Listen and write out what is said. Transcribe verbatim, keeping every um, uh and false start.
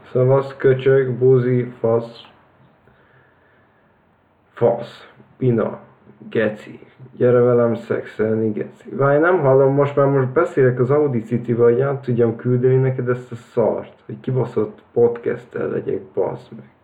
Szavasz, köcsög, buzi, fasz. Fasz. Pina. Geci. Gyere velem szexelni, geci. Várj, nem hallom, most már most beszélek az Audacity-val, hogy át tudjam küldeni neked ezt a szart, hogy kibaszott podcast-tel legyek, bassz meg.